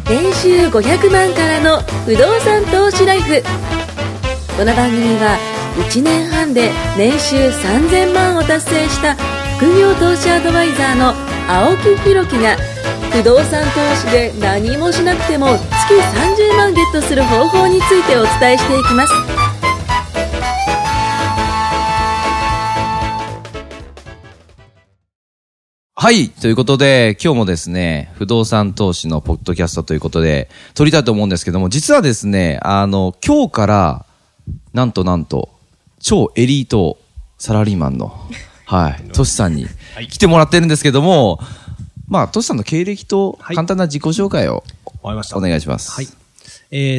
年収500万からの不動産投資ライフ。この番組は1年半で年収3000万を達成した副業投資アドバイザーの青木弘樹が不動産投資で何もしなくても月30万ゲットする方法についてお伝えしていきます。 はい。ということで、今日もですね、不動産投資のポッドキャストということで、撮りたいと思うんですけども、実はですね、今日から、なんと、超エリートサラリーマンの、はい、トシさんに来てもらってるんですけども、まあ、トシさんの経歴と簡単な自己紹介をお願いします。 はい。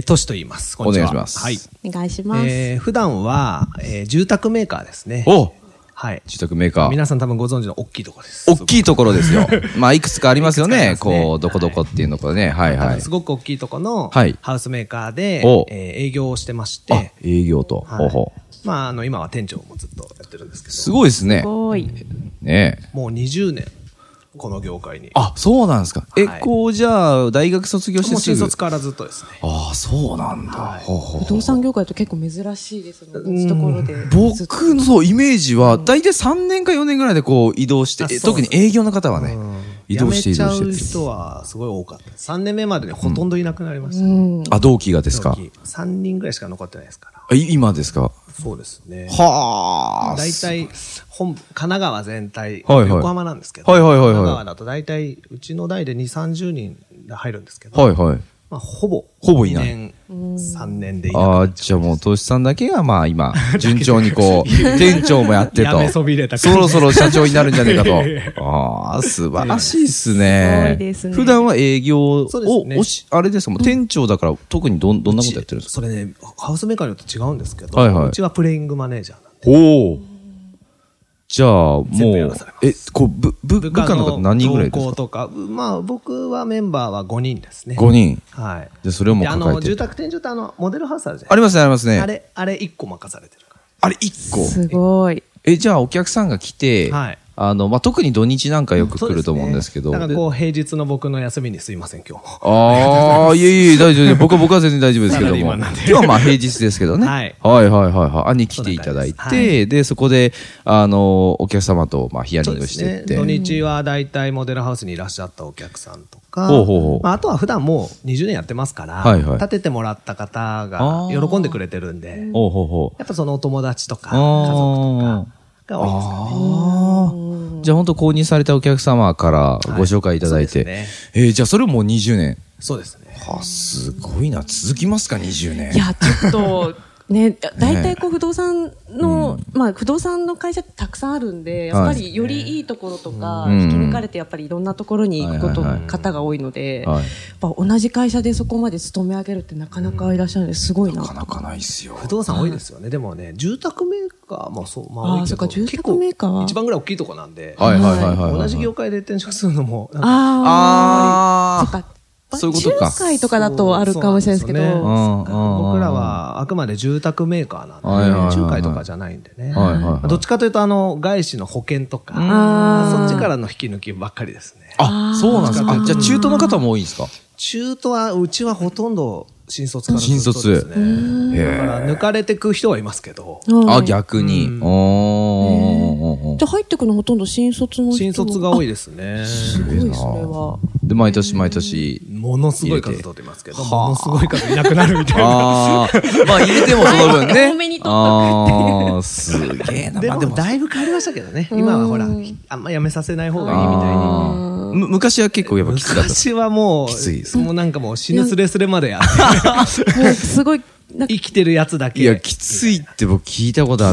トシと言います。こんにちは。 お願いします。 はい。 お願いします。 普段は、住宅メーカーですね。 おはい。 住宅メーカー。 皆さん多分ご存知の大きいところです。 大きいところですよ。まあ、いくつかありますよね。こう、どこどこっていうのこね。はいはい。 すごく大きいところのハウスメーカーで、営業をしてまして。 営業と。ほうほう。 まあ、今は店長もずっとやってるんですけど。 すごいですね。 すごい。 ねえ。 もう20年。この業界に。 あ、そうなんですか。こう、じゃあ、大学卒業してもう新卒からずっとですね。 ああ、そうなんだ。 不動産業界って結構珍しいですね。同じところで。 僕のそう、イメージは、大体3年か4年ぐらいでこう、移動して、特に営業の方はね、移動して。 辞めちゃう人はすごい多かった。3年目までにほとんどいなくなりました。 あ、同期がですか ？3人ぐらいしか残ってないですから。 今ですか？ そうですね。 はあ。 大体、神奈川全体、 横浜なんですけど、 神奈川だと大体、うちの代で2、30人入るんですけど、まあ、ほぼいない。2年、3年でいなくなっちゃう。 ああ、じゃあもう、投資さんだけがまあ今、順調にこう、店長もやってと。そろそろ社長になるんじゃないかと。ああ、素晴らしいっすね。 すごいですね。 普段は営業を、あれですか、もう店長だから特にどんなことやってるんですか？ それね、ハウスメーカーによって違うんですけど、うちはプレイングマネージャーなんで。 おお。じゃあ、もう、部下の方何人ぐらいですか？ とか、まあ、僕はメンバーは5人ですね。 5人。 はい。 で、それをもう抱えて。 住宅展示ってモデルハウスあるじゃないですか。 ありますね、ありますね。 あれ1個任されてるから。 あれ1個？ すごい。 じゃあお客さんが来て、まあ、特に土日なんかよく来ると思うんですけど。 だからこう、平日の僕の休みにすいません、今日も。 ああ、いえ、大丈夫です。僕は全然大丈夫ですけども。今日はまあ平日ですけどね。はい。に来ていただいて、で、そこで、お客様と、まあ、ヒアリングしていって。 土日は大体モデルハウスにいらっしゃったお客さんとか、あとは普段もう20年やってますから、建ててもらった方が喜んでくれてるんで、やっぱそのお友達とか、家族とかが多いですかね。 じゃあ本当購入されたお客様からご紹介いただいて。じゃあそれもう20年。 そうですね。 すごいな。続きますか、20年。 いや、ちょっと、ね、大体こう不動産の、まあ不動産の会社ってたくさんあるんで、やっぱりよりいいところとか、引き抜かれてやっぱりいろんなところに行く方が多いので、やっぱ同じ会社でそこまで勤め上げるってなかなかいらっしゃるのですごいな。 なかなかないっすよ。 不動産多いですよね。でもね、住宅メーカーもそう、まあ多いけど、 住宅メーカーは一番ぐらい大きいとこなんで、 同じ業界で転職するのも、 そっか。 そういうことか。 仲介とかだとあるかもしれないですけど。 僕らはあくまで住宅メーカーなんで、仲介とかじゃないんでね。どっちかというと、外資の保険とか、そっちからの引き抜きばっかりですね。 あ、そうなんですか。じゃあ中途の方も多いんですか？ 中途は、うちはほとんんど新卒からずっとですね。だから抜かれてく人はいますけど。 逆に。 じゃあ入ってくのほとんど新卒の人？ 新卒が多いですね。 すごい、それは。 で、毎年。 ものすごい数取ってますけど、ものすごい数いなくなるみたいな。 まあ入れてもその分ね。 多めに取っとくって。 すげえな。 でもだいぶ変わりましたけどね。今はほら、あんまやめさせない方がいいみたいに。 昔は結構やっぱきつかった。 昔はもう、 きついです。 もうなんかもう死ぬすれすれまでやって。 すごい。 生きてるやつだけ。 いや、きついって僕聞いたことあって、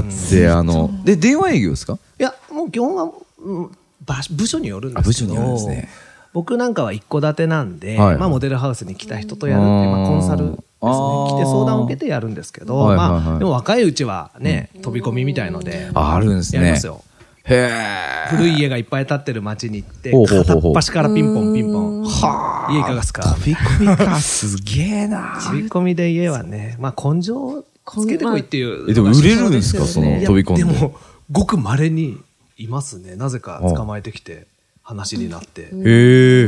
で、電話営業ですか？ いや、もう基本は、部署によるんですけど。 部署によるんですね。 僕なんかは一戸建てなんで、まあモデルハウスに来た人とやるっていう、まあコンサルですね。来て相談を受けてやるんですけど、まあ、でも若いうちはね、飛び込みみたいので。 あるんですね。 やりますよ。古い家がいっぱい建ってる街に行って、片っ端からピンポンピンポン。家いかがですか？ 飛び込みか、すげえな。 飛び込みで家はね、まあ根性つけてこいっていう。 でも売れるんですか、その飛び込んで。 でも、ごく稀にいますね。なぜか捕まえてきて話になって。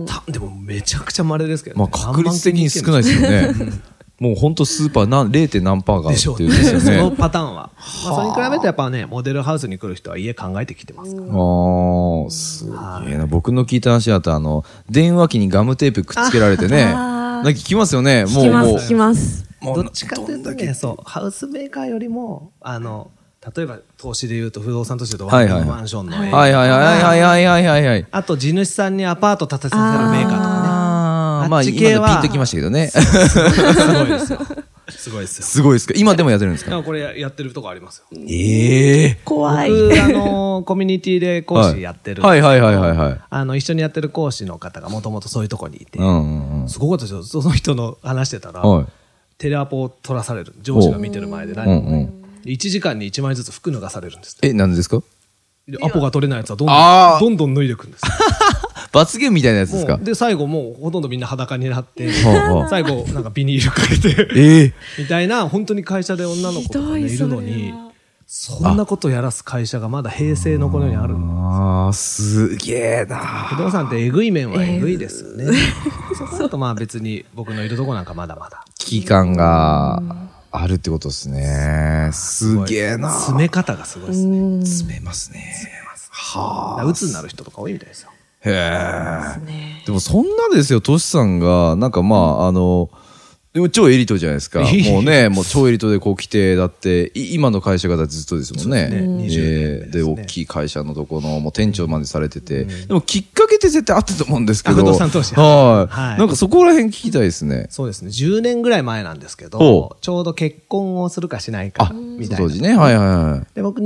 でもめちゃくちゃ稀ですけどね。 まあ確率的に少ないですよね。もう本当スーパー0. 何パーがっていうんですよね。 そのパターンは。まあそれに比べてやっぱね、モデルハウスに来る人は家考えてきてますから。 すげえな。僕の聞いた話だと電話機にガムテープくっつけられてね。なんか聞きますよね。もう。 聞きます。 どっちかというとね、そう、ハウスメーカーよりも、例えば投資で言うと不動産として言うとワンルームマンションの。 はいはいはい。 あと地主さんにアパート建てさせるメーカーとかね。 まあ、今のピンときましたけどね。 すごいですよ。すごいですよ。 すごいですか。今でもやってるんですか。 これやってるとこありますよ。 怖い。 僕、コミュニティで講師やってる。 はいはいはいはい。 一緒にやってる講師の方がもともとそういうとこにいて、すごかったですよ。その人の話してたら、テレアポを取らされる。上司が見てる前で何も。1時間に1枚ずつ服脱がされるんです。 なんでですか。 アポが取れないやつはどんどん脱いでいくんです。 罰ゲームみたいなやつですか。 で、最後もうほとんどみんな裸になって、最後なんかビニールかけて、みたいな、本当に会社で女の子とかねいるのに、そんなことやらす会社がまだ平成のこの世にあるの。 すげえな。 不動産ってえぐい面はえぐいですよね。そこだとまあ別に僕のいるとこなんかまだまだ。 危機感があるってことですね。すげえな。 詰め方がすごいですね。 詰めますね。 はあ。鬱になる人とか多いみたいですよ。 へえ。でもそんなですよ、トシさんが、なんかまあ、でも超エリートじゃないですか。もうね、もう超エリートでこう来て、だって、今の会社がずっとですもんね。で、大きい会社のとこの、もう店長までされてて。でもきっかけって絶対あったと思うんですけど。 不動産投資。 はい。なんかそこら辺聞きたいですね。 そうですね。10年ぐらい前なんですけど、ちょうど結婚をするかしないか、みたいな。 当時ね。はいはい。 で、僕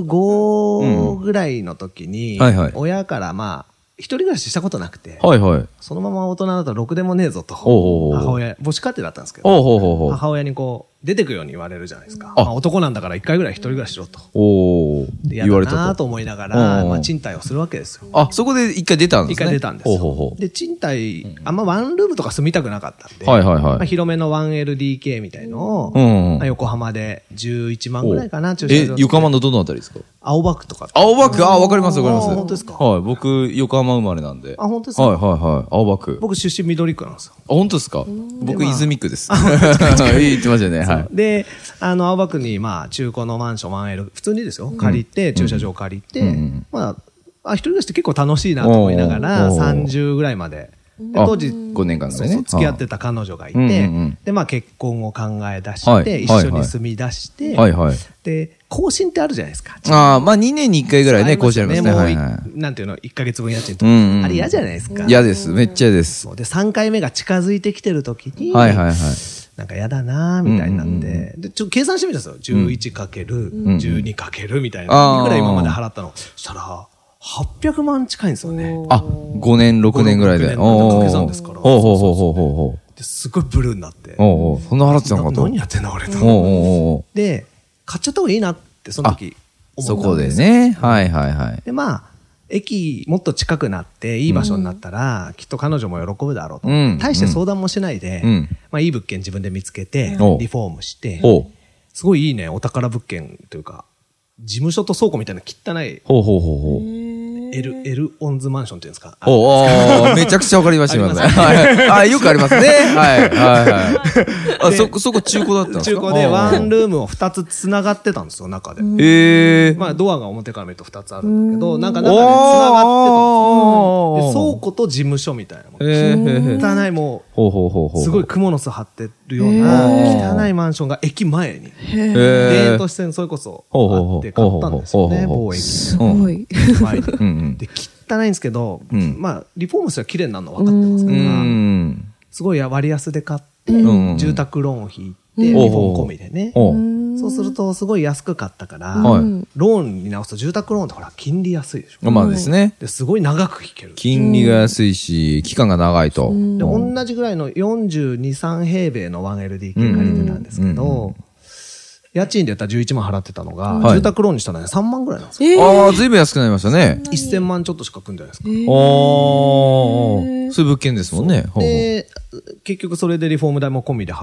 25ぐらいの時に、親からまあ、一人暮らししたことなくて、そのまま大人だとろくでもねえぞと、母親、母子家庭だったんですけど、母親にこう、出てくように言われるじゃないですか。まあ男なんだから一回ぐらい一人暮らししろと。言われたなと思いながら、まあ賃貸をするわけですよ。 そこで一回出たんですね。 一回出たんですよ。で、賃貸、あんまワンルームとか住みたくなかったんで、まあ広めの 1LDK みたいのを、横浜で11万ぐらいかな、 駐車場。横浜のどのあたりですか。 青葉区とか。 青葉区、わかりますわかります。 本当ですか。 はい、僕、横浜生まれなんで。 本当ですか。 はいはいはい、青葉区。 僕出身緑区なんですよ。 本当ですか。僕、泉区です。言ってましたね。はい。 で、青葉区に、まあ、中古のマンション 1L、普通にですよ、借りて、駐車場借りて、まあ、一人暮らしって結構楽しいなと思いながら、30ぐらいまで。当時、 5年間でね。 付き合ってた彼女がいて、で、まあ結婚を考え出して、一緒に住み出して、で、更新ってあるじゃないですか。 まあ2年に1回ぐらいね、更新ありますね。 なんていうの、1ヶ月分家賃と。あれ嫌じゃないですか。 嫌です。めっちゃ嫌です。 で、3回目が近づいてきてる時に、なんか嫌だなみたいになって、で、計算してみたんですよ。11×12× みたいな。いくら今まで払ったの。そしたら、800万近いんですよね。 5年、6年ぐらいで。 掛け算ですから。すごいブルーになって。 そんな払ってたのかと。 何やってんの俺と。で、買っちゃった方がいいなって、その時思ったんです。 そこでね。はいはいはい。 で、まあ、駅もっと近くなっていい場所になったら、きっと彼女も喜ぶだろうと。大して相談もしないで、まあいい物件自分で見つけて、リフォームして、すごいいいね、お宝物件というか、事務所と倉庫みたいな汚い。L オンズマンションっていうんですか。 めちゃくちゃわかりました、今ね。よくありますね。はい。そこ中古だったんですか。 中古でワンルームを2つ繋がってたんですよ、中で。まあドアが表から見ると2つあるんだけど、なんか中で繋がってたんですよ。倉庫と事務所みたいなもの。汚いもう、すごい蜘蛛の巣張ってるような汚いマンションが駅前に。田園都市線それこそあって買ったんですよね、某駅。 すごい。 前に。で、汚いんですけど、まあ、リフォームすれば綺麗になるの分かってますから、すごい割安で買って、住宅ローンを引いて、リフォーム込みでね。そうすると、すごい安く買ったから、ローンに直すと住宅ローンってほら、金利安いでしょ。 まあですね。 で、すごい長く引ける。 金利が安いし、期間が長いと。 で、同じぐらいの42、3平米の 1LDK 借りてたんですけど、家賃でやったら11万払ってたのが、住宅ローンにしたらね、3万ぐらいなんですよ。ずいぶん安くなりましたね。 1000万ちょっとしか組んでないですか。 そういう物件ですもんね。 で、結局それでリフォーム代も込みで払っ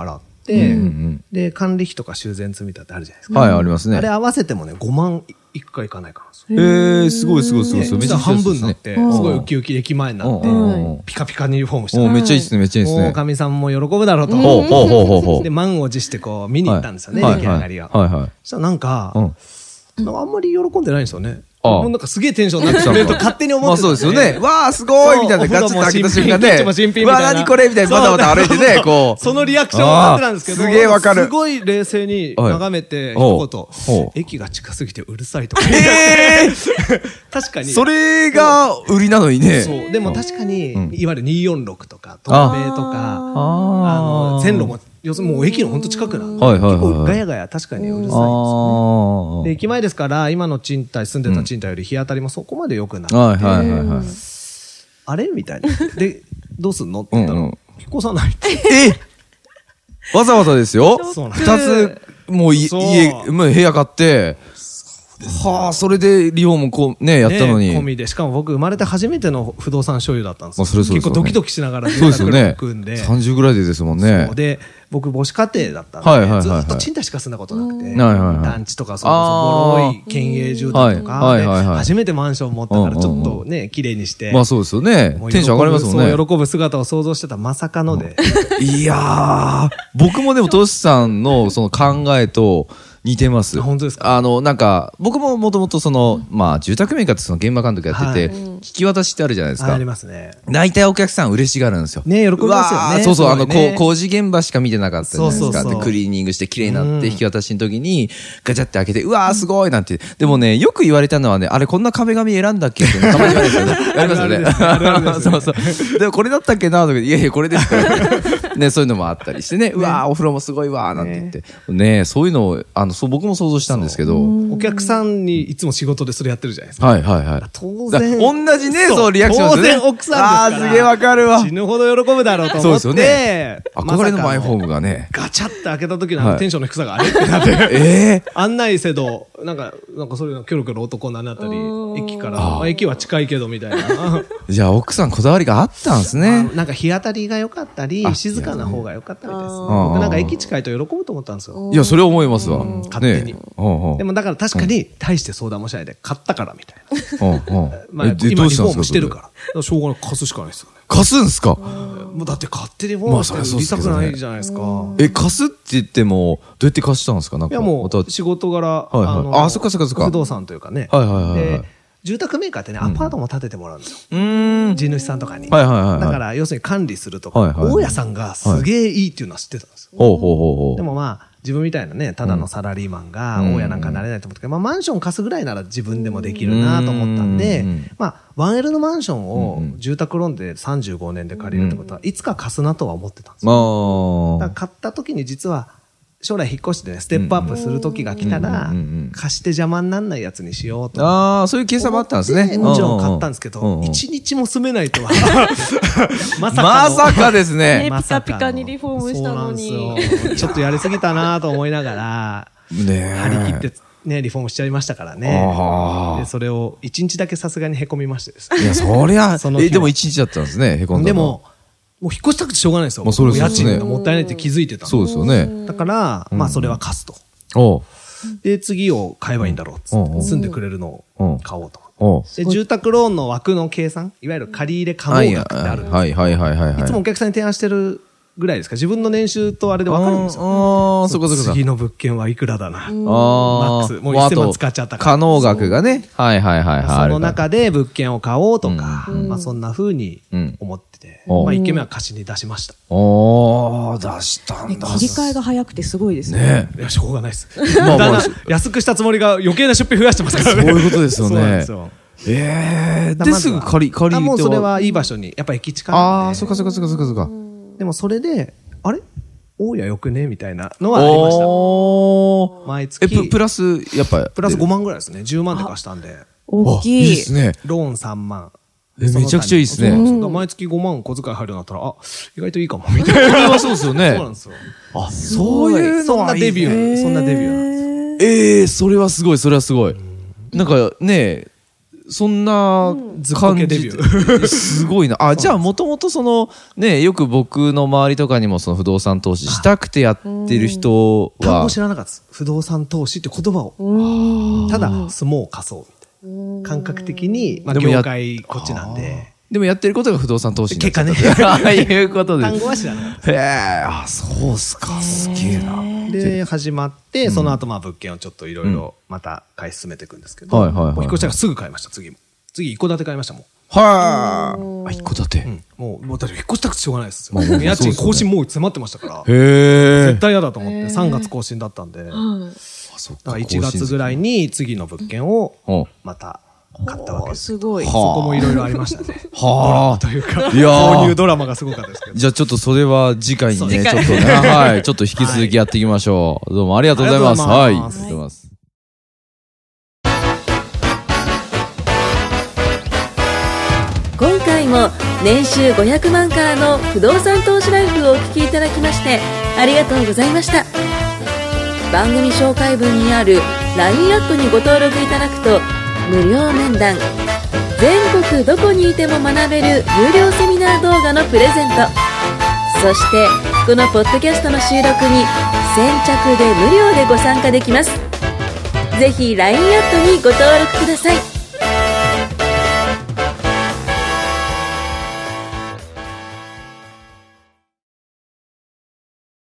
て、で、管理費とか修繕積み立てあるじゃないですか。 はい、ありますね。 あれ合わせてもね、5万いくかいかないかなんですよ。 すごいすごいすごい。 めっちゃ半分になって、すごいウキウキ駅前になって、ピカピカにリフォームして。 めっちゃいいですね、めっちゃいいですね。 おかみさんも喜ぶだろうと。で、満を持してこう、見に行ったんですよね、出来上がりを。そしたらなんか、あんまり喜んでないんですよね。もうなんかすげえテンションになってくれると勝手に思ってた。 まあそうですよね。わーすごいみたいなガチッと開けた瞬間ね。わー何これみたいなバタバタ歩いてね、こう。 そのリアクションを待ってたんですけど、 すげえわかる。 すごい冷静に眺めて、一言、駅が近すぎてうるさいとか。確かに。 それが売りなのにね。 そう。でも確かに、いわゆる246とか、東名とか、線路も、要するにもう駅のほんと近くなんで、結構ガヤガヤ確かにうるさいんですよね。で、駅前ですから、今の賃貸、住んでた賃貸より日当たりもそこまで良くなって、あれみたいな。で、どうすんのって言ったら、引っ越さないって。 わざわざですよ。二つ、もう部屋買って、はあ、それでリフォームこうね、やったのに。 込みで。しかも僕生まれて初めての不動産所有だったんですよ。結構ドキドキしながら住宅ローン組んで。30ぐらいでですもんね。 で、僕母子家庭だったんで、ずっと賃貸しか住んだことなくて、団地とかそのボロい県営住宅とか、初めてマンション持ったからちょっとね、綺麗にして。 まあそうですよね。テンション上がりますもんね。 そう喜ぶ姿を想像してたまさかので。 いやー、僕もでもトシさんのその考えと、似てます。 本当ですか？ なんか、僕ももともとまあ、住宅メーカーってその現場監督やってて、引き渡しってあるじゃないですか。 ありますね。 大体お客さん嬉しがるんですよ。 ね、喜びますよね。 そうそう、工事現場しか見てなかったじゃないですか。で、クリーニングして綺麗になって引き渡しの時に、ガチャって開けて、うわーすごいなんて。でもね、よく言われたのはね、あれこんな壁紙選んだっけってたまに言われるんですよね。ありますよね。そうそう。でもこれだったっけなとか、いやいや、これですから。ね、そういうのもあったりしてね、うわーお風呂もすごいわーなんて言って。ね、そういうのを、僕も想像したんですけど。 お客さんにいつも仕事でそれやってるじゃないですか。 はいはいはい。 当然。 同じね、そう、リアクションですね。 当然奥さんですから。 ああ、すげえわかるわ。 死ぬほど喜ぶだろうと思って。そうですよね。 憧れのマイホームがね。 ガチャって開けた時のテンションの低さがあれってなって。案内せど、なんかそういうのキョロキョロ男になったり、駅から、駅は近いけどみたいな。 じゃあ奥さんこだわりがあったんですね。 なんか日当たりが良かったり、静かな方が良かったみたいです。僕なんか駅近いと喜ぶと思ったんですよ。 いや、それ思いますわ。 勝手に。でもだから確かに、大して相談もしないで、買ったからみたいな。まあ、今リフォームしてるから。しょうがない、貸すしかないですよね。 貸すんすか？ もうだって勝手にリフォームして売りたくないじゃないですか。 貸すって言っても、どうやって貸したんですか？なんか。 いやもう、仕事柄、 そっかそっかそっか。 不動産というかね。で、住宅メーカーってね、アパートも建ててもらうんですよ。地主さんとかに。だから、要するに管理するとか、大家さんがすげえいいっていうのは知ってたんですよ。でもまあ、自分みたいなね、ただのサラリーマンが大家なんかなれないと思ったけど、まあマンション貸すぐらいなら自分でもできるなと思ったんで、まあ 1L のマンションを住宅ローンで35年で借りるってことはいつか貸すなとは思ってたんですよ。だから買った時に実は将来引っ越してね、ステップアップする時が来たら、貸して邪魔にならないやつにしようと。 ああ、そういう計算もあったんですね。 もちろん買ったんですけど、一日も住めないとは。 まさかですね。 ピカピカにリフォームしたのに。 ちょっとやりすぎたなと思いながら、張り切って、ね、リフォームしちゃいましたからね。で、それを一日だけさすがに凹みましてですね。 いや、そりゃ、でも一日だったんですね、凹んだの。 でも、もう引っ越したくてしょうがないですよ。もう家賃がもったいないって気づいてた。 そうですよね。 だから、まあそれは貸すと。で、次を買えばいいんだろうっつって、住んでくれるのを買おうと。で、住宅ローンの枠の計算、いわゆる借り入れ可能額ってあるんですよ。いつもお客さんに提案してるぐらいですか。自分の年収とあれで分かるんですよ。次の物件はいくらだな。マックス。もう1000万使っちゃったから。 可能額がね。その中で物件を買おうとか、まあそんな風に思ってて、まあ1軒目は貸しに出しました。 出したんだ。 切り替えが早くてすごいですね。 いや、しょうがないです。だんだん安くしたつもりが余計な出費増やしてますからね。 そういうことですよね。ですぐ借りて。 もうそれはいい場所に、やっぱ駅近いんで。 ああ、そっかそっかそっかそっかそっか。 でもそれで、あれ大家よくねみたいなのはありました。毎月。 プラス、やっぱ。 プラス5万ぐらいですね。10万で貸したんで。 大きい。 いいですね。 ローン3万。 めちゃくちゃいいですね。 毎月5万小遣い入るようになったら、あ、意外といいかも、みたいな。 これはそうですよね。 そうなんですよ。 あ、そういうのはそんなデビューなんです。 それはすごい、それはすごい。なんかね、 そんな感じですごいな。あ、じゃあもともとそのね、よく僕の周りとかにもその不動産投資したくてやってる人は単語知らなかったです。不動産投資って言葉をただ相撲を貸そうみたいな感覚的に、まあ業界こっちなんで。 でもやってることが不動産投資になっちゃった。 結果ね。 ああいうことで。 単語は知らなかった。 へえ、あ、そうっすか。すげえな。 で、始まって、その後まあ物件をちょっといろいろまた買い進めていくんですけど、もう引っ越したらすぐ買いました、次も。次一戸建て買いましたもん。 はい。あ、一戸建て。 もうだって引っ越したくてしょうがないですよ。家賃更新もう詰まってましたから。 へえ。 絶対嫌だと思って、3月更新だったんで、1月ぐらいに次の物件をまた、買ったわけです。 すごい。 そこもいろいろありましたね。 はあ。 というか、購入ドラマがすごかったですけど。 じゃあちょっとそれは次回にね、ちょっとね、はい、ちょっと引き続きやっていきましょう。どうもありがとうございます。はい。ありがとうございます。 今回も年収500万からの不動産投資ライフをお聞きいただきましてありがとうございました。番組紹介文にある LINE アットにご登録いただくと無料面談、全国どこにいても学べる有料セミナー動画のプレゼント、そしてこのポッドキャストの収録に先着で無料でご参加できます。ぜひ LINE アットにご登録ください。